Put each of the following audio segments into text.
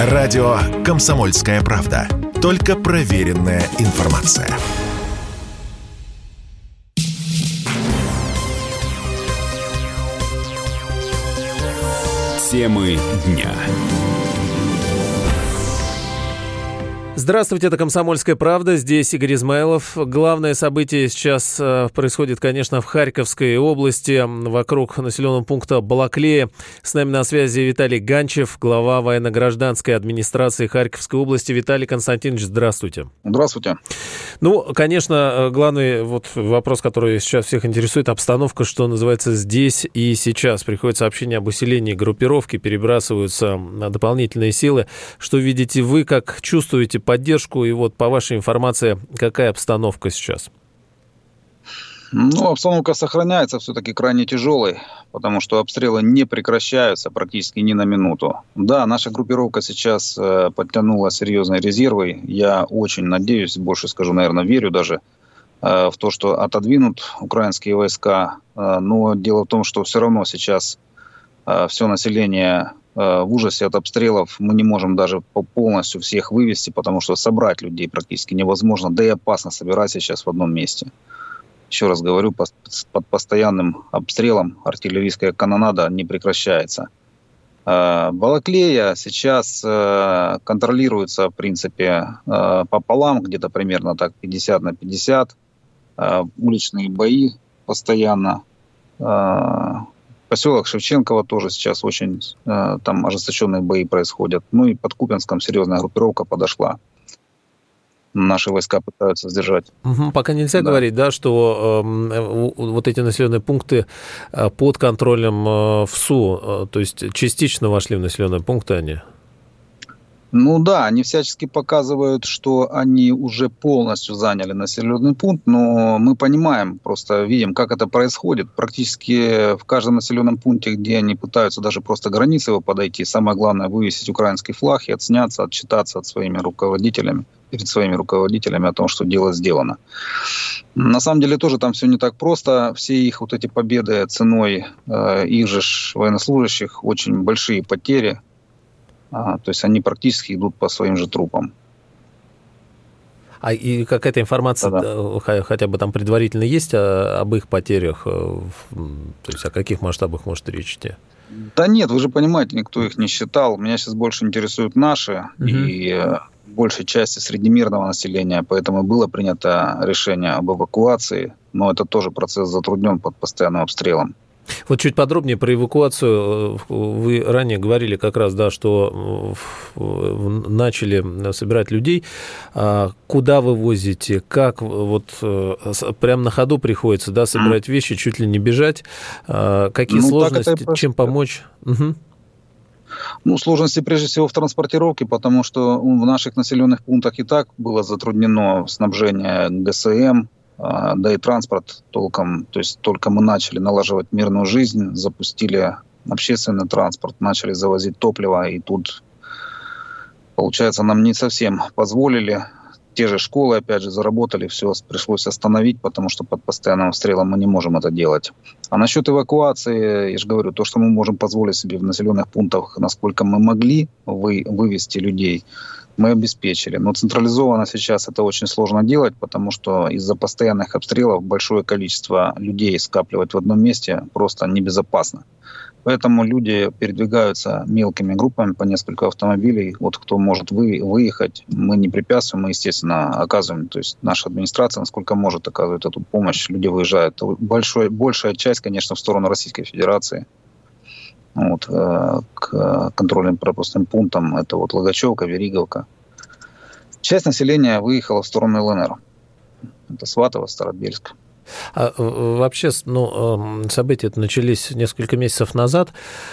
Радио «Комсомольская правда». Только проверенная информация. Темы дня. Здравствуйте, это «Комсомольская правда», здесь Игорь Измайлов. Главное событие сейчас происходит, конечно, в Харьковской области, вокруг населенного пункта Балаклея. С нами на связи Виталий Ганчев, глава военно-гражданской администрации Харьковской области. Виталий Константинович, здравствуйте. Здравствуйте. Ну, конечно, главный вопрос, который сейчас всех интересует, обстановка, что называется, здесь и сейчас. Приходит сообщение об усилении группировки, перебрасываются дополнительные силы. Что видите вы, как чувствуете поддержку, и вот по вашей информации, какая обстановка сейчас? Ну, обстановка сохраняется все-таки крайне тяжелой, потому что обстрелы не прекращаются практически ни на минуту. Да, наша группировка сейчас подтянула серьезные резервы. Я очень надеюсь, больше скажу, наверное, верю даже в то, что отодвинут украинские войска. Но дело в том, что все равно сейчас все население в ужасе от обстрелов. Мы не можем даже полностью всех вывести, потому что собрать людей практически невозможно, да и опасно собирать сейчас в одном месте. Еще раз говорю, под постоянным обстрелом артиллерийская канонада не прекращается. Балаклея сейчас контролируется, в принципе, пополам, где-то примерно так 50 на 50. Уличные бои постоянно. Поселок Шевченково тоже сейчас очень там ожесточенные бои происходят. Ну и под Купянском серьезная группировка подошла. Наши войска пытаются сдержать. Пока нельзя говорить, да, что вот эти населенные пункты под контролем ВСУ, то есть частично вошли в населенные пункты они? Ну да, они всячески показывают, что они уже полностью заняли населенный пункт, но мы понимаем, просто видим, как это происходит. Практически в каждом населенном пункте, где они пытаются даже просто границы его подойти, самое главное вывесить украинский флаг и отсняться, отчитаться перед своими руководителями о том, что дело сделано. На самом деле тоже там все не так просто. Все их вот эти победы ценой их же военнослужащих, очень большие потери. То есть они практически идут по своим же трупам. И какая-то информация, хотя бы там предварительно есть об их потерях? То есть о каких масштабах может речь идти? Да нет, вы же понимаете, никто их не считал. Меня сейчас больше интересуют наши и большей части среднемирного населения. Поэтому было принято решение об эвакуации. Но это тоже процесс затруднен под постоянным обстрелом. Вот чуть подробнее про эвакуацию. Вы ранее говорили как раз, да, что начали собирать людей. Куда вы возите? Как? Вот прямо на ходу приходится, да, собирать вещи, чуть ли не бежать. Какие сложности? Чем помочь? Ну, сложности прежде всего в транспортировке, потому что в наших населенных пунктах и так было затруднено снабжение ГСМ, да и транспорт толком. То есть только мы начали налаживать мирную жизнь, запустили общественный транспорт, начали завозить топливо, и тут, получается, нам не совсем позволили. Те же школы, опять же, заработали, все пришлось остановить, потому что под постоянным обстрелом мы не можем это делать. А насчет эвакуации, я же говорю, то, что мы можем позволить себе в населенных пунктах, насколько мы могли вывести людей, мы обеспечили. Но централизованно сейчас это очень сложно делать, потому что из-за постоянных обстрелов большое количество людей скапливать в одном месте просто небезопасно. Поэтому люди передвигаются мелкими группами по несколько автомобилей. Вот кто может выехать, мы не препятствуем, мы, естественно, оказываем. То есть наша администрация, насколько может, оказывает эту помощь. Люди выезжают. Большая часть, конечно, в сторону Российской Федерации. Вот, к контрольно-пропускным пунктам. Это вот Логачевка, Вериговка. Часть населения выехала в сторону ЛНР. Это Сватово, Старобельск. Вообще, события начались несколько месяцев назад.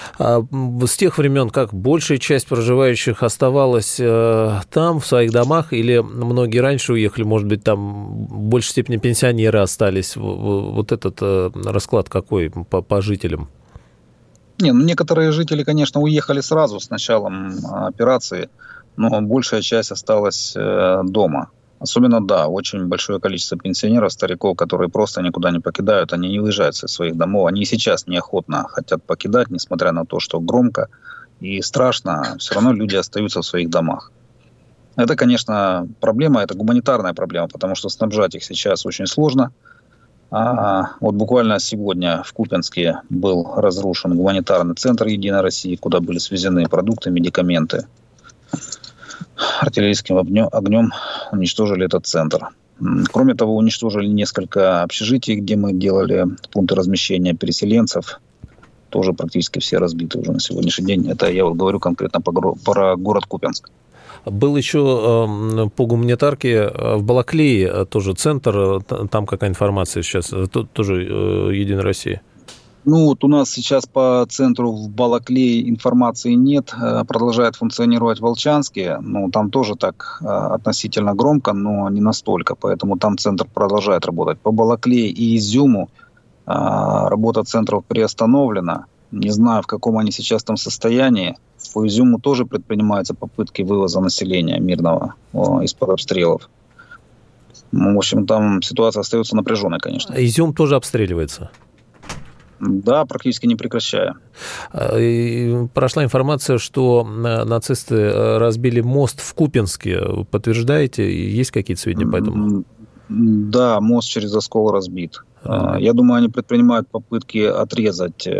С тех времен, как большая часть проживающих оставалась там, в своих домах, или многие раньше уехали, может быть, там в большей степени пенсионеры остались? Вот этот расклад какой по жителям? Некоторые жители, конечно, уехали сразу с началом операции, но большая часть осталась дома. Особенно, да, очень большое количество пенсионеров, стариков, которые просто никуда не покидают, они не выезжают из своих домов. Они и сейчас неохотно хотят покидать, несмотря на то, что громко и страшно, все равно люди остаются в своих домах. Это, конечно, проблема, это гуманитарная проблема, потому что снабжать их сейчас очень сложно. Вот буквально сегодня в Купянске был разрушен гуманитарный центр «Единой России», куда были свезены продукты, медикаменты. Артиллерийским огнем уничтожили этот центр. Кроме того, уничтожили несколько общежитий, где мы делали пункты размещения переселенцев. Тоже практически все разбиты уже на сегодняшний день. Это я вот говорю конкретно про город Купянск. Был еще по гуманитарке в Балаклее тоже центр. Там какая информация сейчас? Тоже «Единая Россия». Ну, вот у нас сейчас по центру в Балаклее информации нет. Продолжает функционировать в Волчанске. Ну, там тоже так относительно громко, но не настолько. Поэтому там центр продолжает работать. По Балаклее и Изюму работа центров приостановлена. Не знаю, в каком они сейчас там состоянии. По Изюму тоже предпринимаются попытки вывоза населения мирного из-под обстрелов. Ну, в общем, там ситуация остается напряженной, конечно. Изюм тоже обстреливается? Да, практически не прекращая. Прошла информация, что нацисты разбили мост в Купянске. Подтверждаете? Есть какие-то сведения по этому? Да, мост через Оскол разбит. Я думаю, они предпринимают попытки отрезать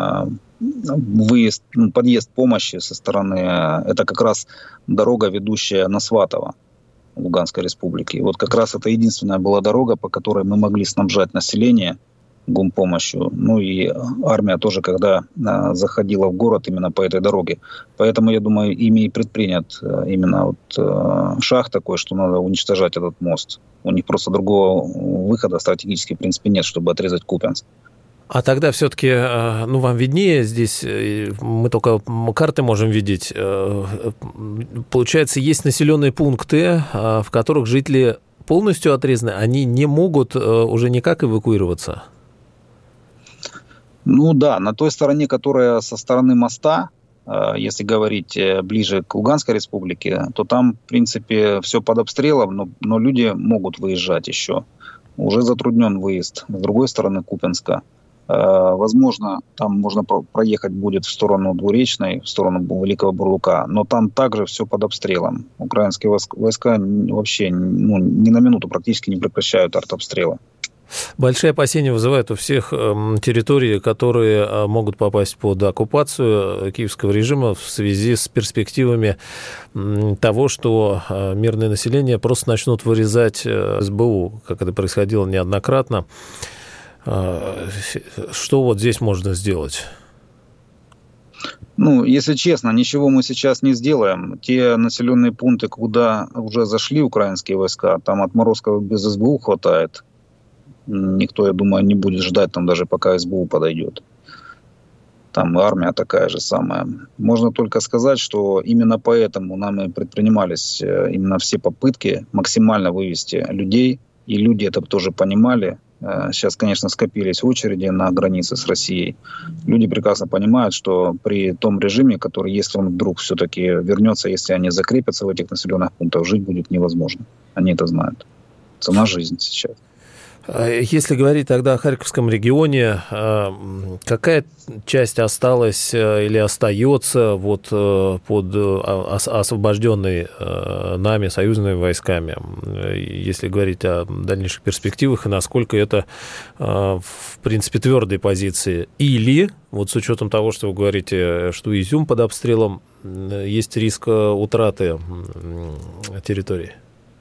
подъезд помощи со стороны... Это как раз дорога, ведущая на Сватово, Луганской республики. И вот как раз это единственная была дорога, по которой мы могли снабжать население гумпомощью. Ну и армия тоже, когда заходила в город именно по этой дороге. Поэтому, я думаю, ими и предпринят именно вот шаг такой, что надо уничтожать этот мост. У них просто другого выхода стратегически, в принципе, нет, чтобы отрезать Купянск. А тогда все-таки, вам виднее, здесь мы только карты можем видеть. Получается, есть населенные пункты, в которых жители полностью отрезаны, они не могут уже никак эвакуироваться? Ну да, на той стороне, которая со стороны моста, если говорить ближе к Луганской республике, то там, в принципе, все под обстрелом, но люди могут выезжать еще. Уже затруднен выезд с другой стороны Купянска. Возможно, там можно проехать будет в сторону Двуречной, в сторону Великого Бурлука, но там также все под обстрелом. Украинские войска вообще ни на минуту практически не прекращают артобстрелы. Большие опасения вызывают у всех территории, которые могут попасть под оккупацию киевского режима в связи с перспективами того, что мирное население просто начнут вырезать СБУ, как это происходило неоднократно. Что вот здесь можно сделать? Ну, если честно, ничего мы сейчас не сделаем. Те населенные пункты, куда уже зашли украинские войска, там отморозков без СБУ хватает. Никто, я думаю, не будет ждать там даже пока СБУ подойдет. Там армия такая же самая. Можно только сказать, что именно поэтому нами предпринимались именно все попытки максимально вывести людей. И люди это тоже понимали. Сейчас, конечно, скопились очереди на границе с Россией. Люди прекрасно понимают, что при том режиме, который, если он вдруг все-таки вернется, если они закрепятся в этих населенных пунктах, жить будет невозможно. Они это знают. Цена жизни сейчас. Если говорить тогда о Харьковском регионе, какая часть осталась или остается вот под освобожденной нами, союзными войсками, если говорить о дальнейших перспективах, и насколько это, в принципе, твердые позиции? Или, вот с учетом того, что вы говорите, что Изюм под обстрелом, есть риск утраты территории?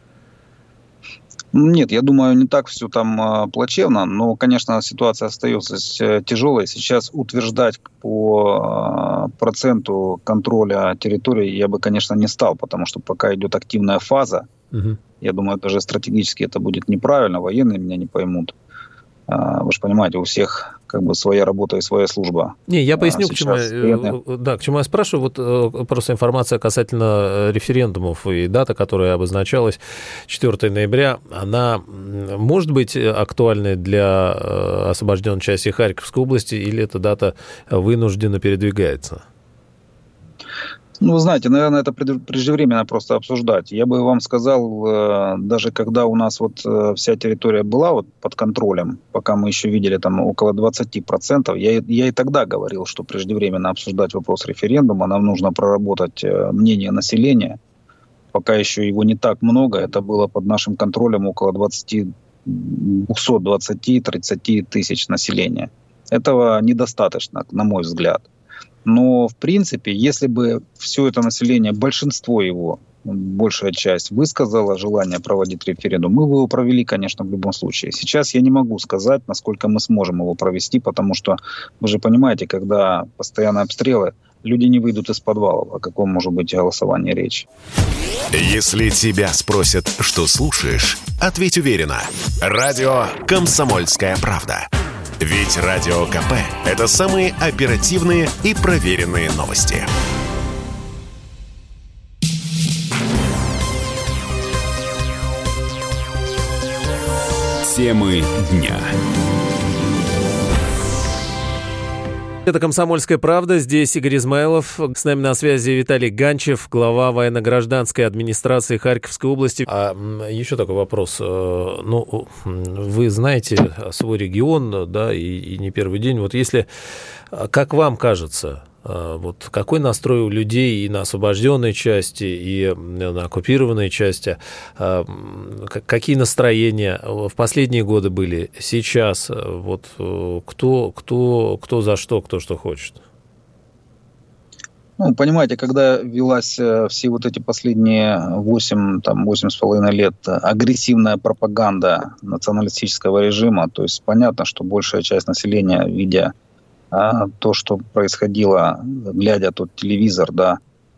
Нет, я думаю, не так все там плачевно, но, конечно, ситуация остается тяжелой. Сейчас утверждать по проценту контроля территории я бы, конечно, не стал, потому что пока идет активная фаза, я думаю, даже стратегически это будет неправильно, военные меня не поймут. Вы же понимаете, у всех как бы своя работа и своя служба. Не, я поясню, к чему я спрашиваю. Вот просто информация касательно референдумов и дата, которая обозначалась 4 ноября, она может быть актуальной для освобожденной части Харьковской области, или эта дата вынужденно передвигается? Ну, вы знаете, наверное, это преждевременно просто обсуждать. Я бы вам сказал, даже когда у нас вот вся территория была вот под контролем, пока мы еще видели там около 20%, я и тогда говорил, что преждевременно обсуждать вопрос референдума, нам нужно проработать мнение населения. Пока еще его не так много, это было под нашим контролем около 220-30 тысяч населения. Этого недостаточно, на мой взгляд. Но, в принципе, если бы все это население, большинство его, большая часть, высказала желание проводить референдум, мы бы его провели, конечно, в любом случае. Сейчас я не могу сказать, насколько мы сможем его провести, потому что, вы же понимаете, когда постоянные обстрелы, люди не выйдут из подвалов. О каком может быть голосовании речь? Если тебя спросят, что слушаешь, ответь уверенно. Радио «Комсомольская правда». Ведь Радио КП – это самые оперативные и проверенные новости. Темы дня. Это «Комсомольская правда». Здесь Игорь Измайлов. С нами на связи Виталий Ганчев, глава военно-гражданской администрации Харьковской области. А еще такой вопрос. Ну, вы знаете свой регион, да, и не первый день. Вот если, как вам кажется, вот какой настрой у людей и на освобожденной части, и на оккупированной части, какие настроения в последние годы были, сейчас, вот кто за что, кто что хочет? Ну, понимаете, когда велась все вот эти последние 8,5 лет агрессивная пропаганда националистического режима, то есть понятно, что большая часть населения, видя то, что происходило, глядя тот телевизор, да,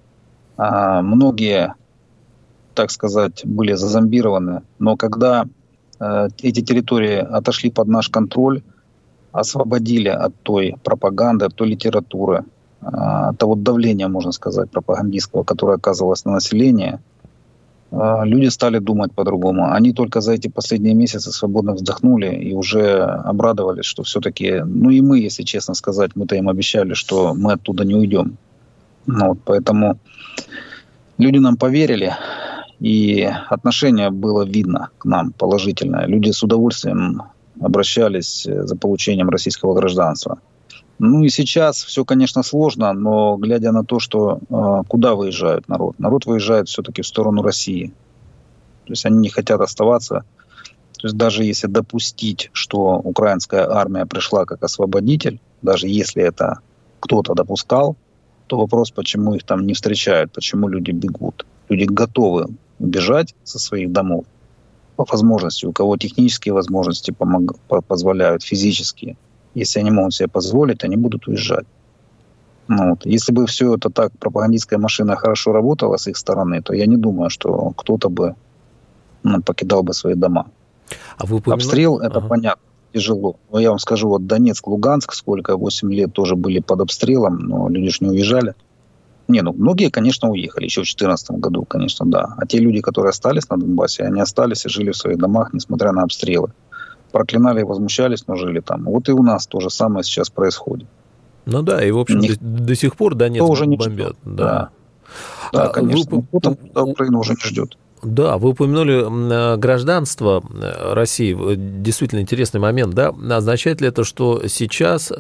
многие, так сказать, были зазомбированы. Но когда эти территории отошли под наш контроль, освободили от той пропаганды, от той литературы, от того давления, можно сказать, пропагандистского, которое оказывалось на население, люди стали думать по-другому. Они только за эти последние месяцы свободно вздохнули и уже обрадовались, что все-таки, ну и мы, если честно сказать, мы-то им обещали, что мы оттуда не уйдем. Ну, вот, поэтому люди нам поверили, и отношение было видно к нам положительное. Люди с удовольствием обращались за получением российского гражданства. Ну и сейчас все, конечно, сложно, но глядя на то, что куда выезжает народ выезжает все-таки в сторону России. То есть они не хотят оставаться. То есть даже если допустить, что украинская армия пришла как освободитель, даже если это кто-то допускал, то вопрос, почему их там не встречают, почему люди бегут. Люди готовы убежать со своих домов по возможности, у кого технические возможности позволяют, физические. Если они могут себе позволить, они будут уезжать. Ну, вот. Если бы все это так, пропагандистская машина хорошо работала с их стороны, то я не думаю, что кто-то бы покидал бы свои дома. А вы упомянули... Обстрел, это понятно, тяжело. Но я вам скажу, вот Донецк, Луганск, сколько, 8 лет тоже были под обстрелом, но люди же не уезжали. Не, ну, многие, конечно, уехали, еще в 2014 году, конечно, да. А те люди, которые остались на Донбассе, они остались и жили в своих домах, несмотря на обстрелы. Проклинали и возмущались, но жили там. Вот и у нас то же самое сейчас происходит. Ну да, и в общем до сих пор Донецк уже не бомбят. Да, конечно. Украина уже не ждет. Да, вы упомянули гражданство России. Действительно интересный момент, да? Означает ли это, что сейчас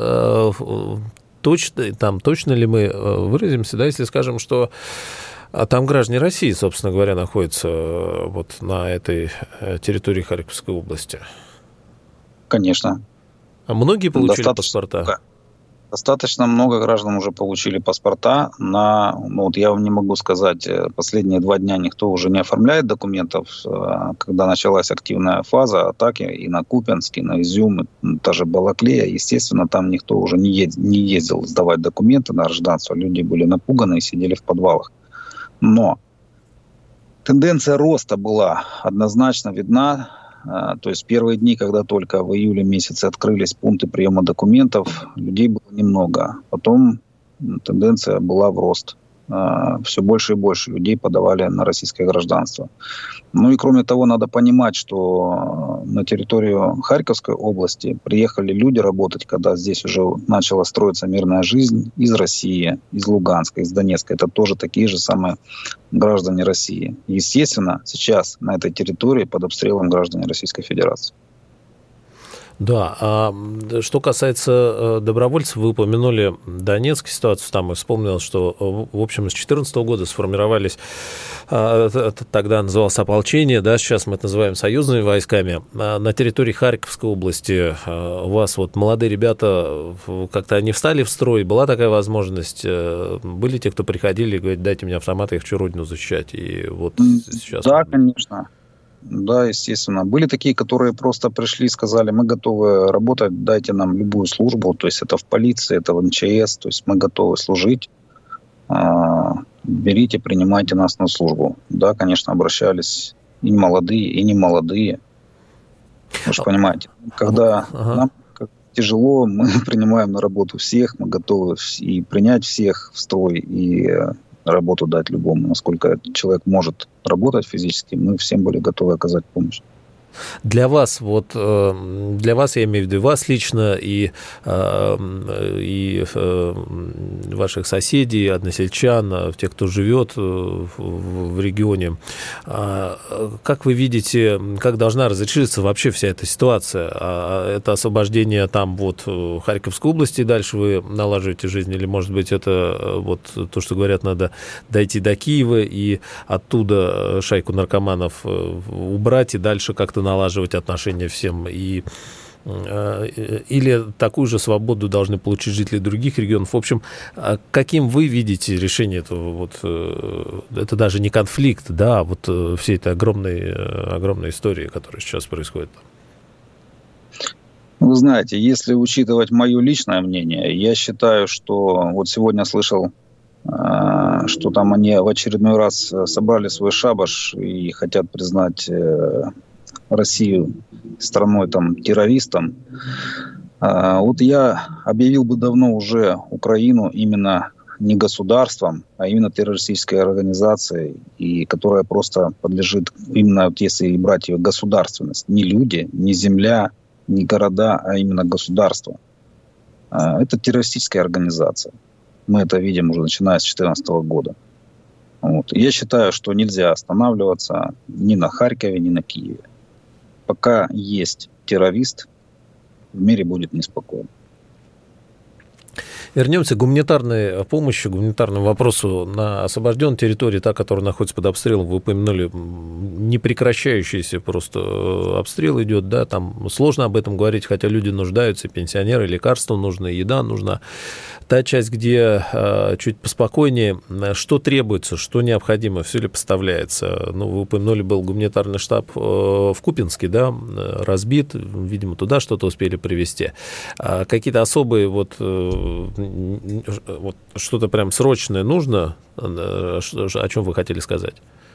точно ли мы выразимся, да, если скажем, что там граждане России, собственно говоря, находятся вот на этой территории Харьковской области? Конечно. А многие получили паспорта? Достаточно много граждан уже получили паспорта. Вот я вам не могу сказать, последние 2 дня никто уже не оформляет документов. Когда началась активная фаза атаки и на Купянск, и на Изюм, и та же Балаклея, естественно, там никто уже не ездил сдавать документы на гражданство. Люди были напуганы и сидели в подвалах. Но тенденция роста была однозначно видна. То есть первые дни, когда только в июле месяце открылись пункты приема документов, людей было немного. Потом тенденция была в рост. все больше и больше людей подавали на российское гражданство. Ну и кроме того, надо понимать, что на территорию Харьковской области приехали люди работать, когда здесь уже начала строиться мирная жизнь из России, из Луганска, из Донецка. Это тоже такие же самые граждане России. Естественно, сейчас на этой территории под обстрелом граждане Российской Федерации. Да, а что касается добровольцев, вы упомянули Донецкую ситуацию, там и вспомнил, что, в общем, с 2014 года сформировались, тогда называлось ополчение, да, сейчас мы это называем союзными войсками. На территории Харьковской области у вас вот молодые ребята, как-то они встали в строй, была такая возможность? Были те, кто приходили и говорили, дайте мне автомат, я хочу родину защищать, и вот сейчас... Да, конечно. Да, естественно. Были такие, которые просто пришли и сказали, мы готовы работать, дайте нам любую службу, то есть это в полиции, это в МЧС, то есть мы готовы служить, берите, принимайте нас на службу. Да, конечно, обращались и молодые, и не молодые. Вы же понимаете, когда нам тяжело, мы принимаем на работу всех, мы готовы и принять всех в строй, и работу дать любому, насколько человек может работать физически, мы всем были готовы оказать помощь. Для вас, вот, для вас, я имею в виду, вас лично и ваших соседей, односельчан, тех, кто живет в регионе, как вы видите, как должна разрешиться вообще вся эта ситуация? Это освобождение там вот Харьковской области, дальше вы налаживаете жизнь, или, может быть, это вот то, что говорят, надо дойти до Киева и оттуда шайку наркоманов убрать и дальше как-то налаживать отношения всем, или такую же свободу должны получить жители других регионов. В общем, каким вы видите решение этого? Вот, это даже не конфликт, да, вот всей этой огромной истории, которая сейчас происходит. Вы знаете, если учитывать мое личное мнение, я считаю, что вот сегодня слышал, что там они в очередной раз собрали свой шабаш и хотят признать Россию страной там террористом. Вот я объявил бы давно уже Украину именно не государством, а именно террористической организацией, и которая просто подлежит именно, вот если брать ее государственность, не люди, не земля, не города, а именно государство. Это террористическая организация. Мы это видим уже начиная с 2014 года. Вот. Я считаю, что нельзя останавливаться ни на Харькове, ни на Киеве. Пока есть террорист, в мире будет неспокойно. Вернемся к гуманитарной помощи, к гуманитарному вопросу. На освобожденной территории, та, которая находится под обстрелом, вы упомянули, непрекращающийся просто обстрел идет, да, там сложно об этом говорить, хотя люди нуждаются, пенсионеры, лекарства нужны, еда нужна. Та часть, где чуть поспокойнее, что требуется, что необходимо, все ли поставляется? Ну, вы упомянули, был гуманитарный штаб в Купинске, да, разбит, видимо, туда что-то успели привезти. Какие-то особые вот что-то прям срочное нужно? О чем вы хотели сказать?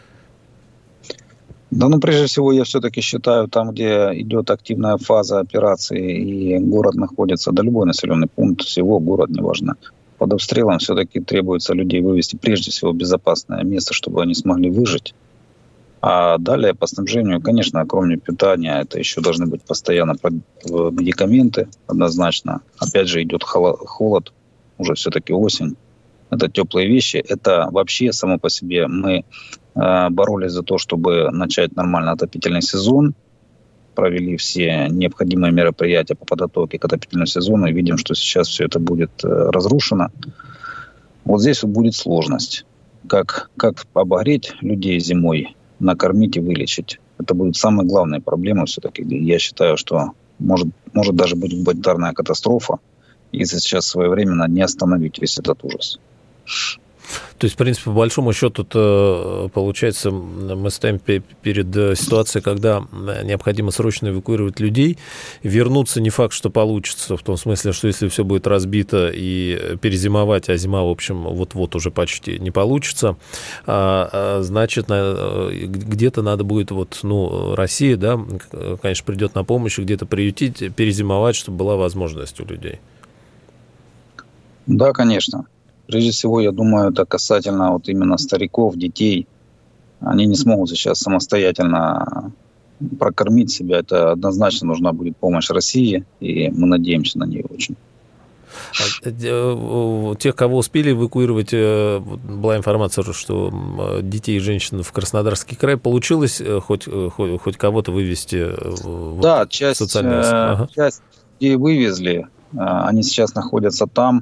Да, ну, прежде всего, я все-таки считаю, там, где идет активная фаза операции, и город находится, да любой населенный пункт, всего город, неважно, под обстрелом, все-таки требуется людей вывести, прежде всего, в безопасное место, чтобы они смогли выжить. А далее по снабжению, конечно, кроме питания, это еще должны быть постоянно медикаменты, однозначно. Опять же, идет холод, уже все-таки осень. Это теплые вещи. Это вообще само по себе мы боролись за то, чтобы начать нормально отопительный сезон. Провели все необходимые мероприятия по подготовке к отопительному сезону. И видим, что сейчас все это будет разрушено. Вот здесь вот будет сложность. Как обогреть людей зимой, накормить и вылечить. Это будет самая главная проблема все-таки. Я считаю, что может даже быть гуманитарная катастрофа, если сейчас своевременно не остановить весь этот ужас. То есть, в принципе, по большому счету, получается, мы стоим перед ситуацией, когда необходимо срочно эвакуировать людей. Вернуться не факт, что получится, в том смысле, что если все будет разбито и перезимовать, а зима, в общем, вот-вот уже почти не получится, значит, где-то надо будет, Россия, да, конечно, придет на помощь, где-то приютить, перезимовать, чтобы была возможность у людей. Да, конечно. Прежде всего, я думаю, это касательно вот именно стариков, детей. Они не смогут сейчас самостоятельно прокормить себя. Это однозначно нужна будет помощь России, и мы надеемся на нее очень. Тех, кого успели эвакуировать, была информация, что детей и женщин в Краснодарский край, получилось хоть кого-то вывести? Да, часть людей вывезли, они сейчас находятся там.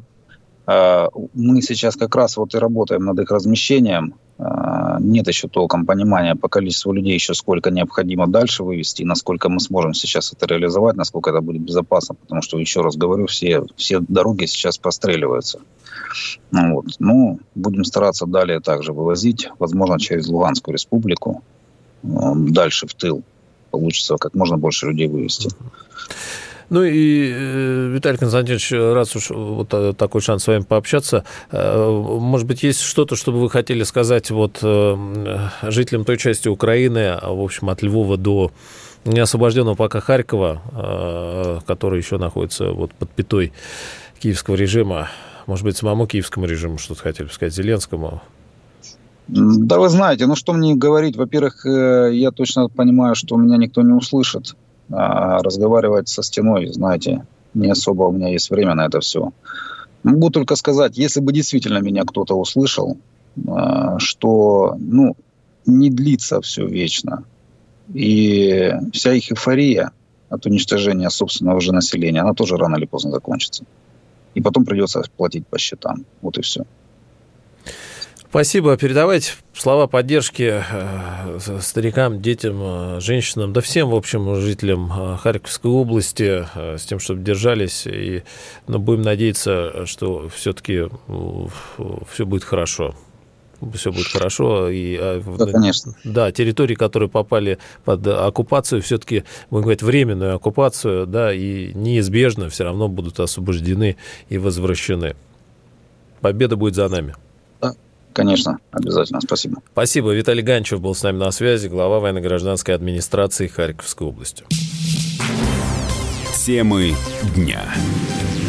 Мы сейчас как раз вот и работаем над их размещением. Нет еще толком понимания по количеству людей еще сколько необходимо дальше вывести, и насколько мы сможем сейчас это реализовать, насколько это будет безопасно, потому что, еще раз говорю, все дороги сейчас простреливаются. Вот. Ну, будем стараться далее также вывозить, возможно, через Луганскую республику, дальше в тыл. Получится как можно больше людей вывести. Ну и, Виталий Константинович, раз уж вот такой шанс с вами пообщаться, может быть, есть что-то, что бы вы хотели сказать вот жителям той части Украины, в общем, от Львова до неосвобожденного пока Харькова, который еще находится вот под пятой киевского режима, может быть, самому киевскому режиму что-то хотели бы сказать, Зеленскому? Да вы знаете, ну что мне говорить, во-первых, я точно понимаю, что меня никто не услышит. Разговаривать со стеной, знаете, не особо у меня есть время на это все. Могу только сказать, если бы действительно меня кто-то услышал, что не длится все вечно. И вся их эйфория от уничтожения собственного же населения, она тоже рано или поздно закончится. И потом придется платить по счетам. Вот и все. Спасибо. Передавайте слова поддержки старикам, детям, женщинам, да всем, в общем, жителям Харьковской области, с тем, чтобы держались. И будем надеяться, что все-таки все будет хорошо. Все будет хорошо. И, да, конечно. Да, территории, которые попали под оккупацию, все-таки, будем говорить, временную оккупацию, да, и неизбежно все равно будут освобождены и возвращены. Победа будет за нами. Конечно, обязательно. Спасибо. Спасибо. Виталий Ганчев был с нами на связи, глава военно-гражданской администрации Харьковской области. Темы дня.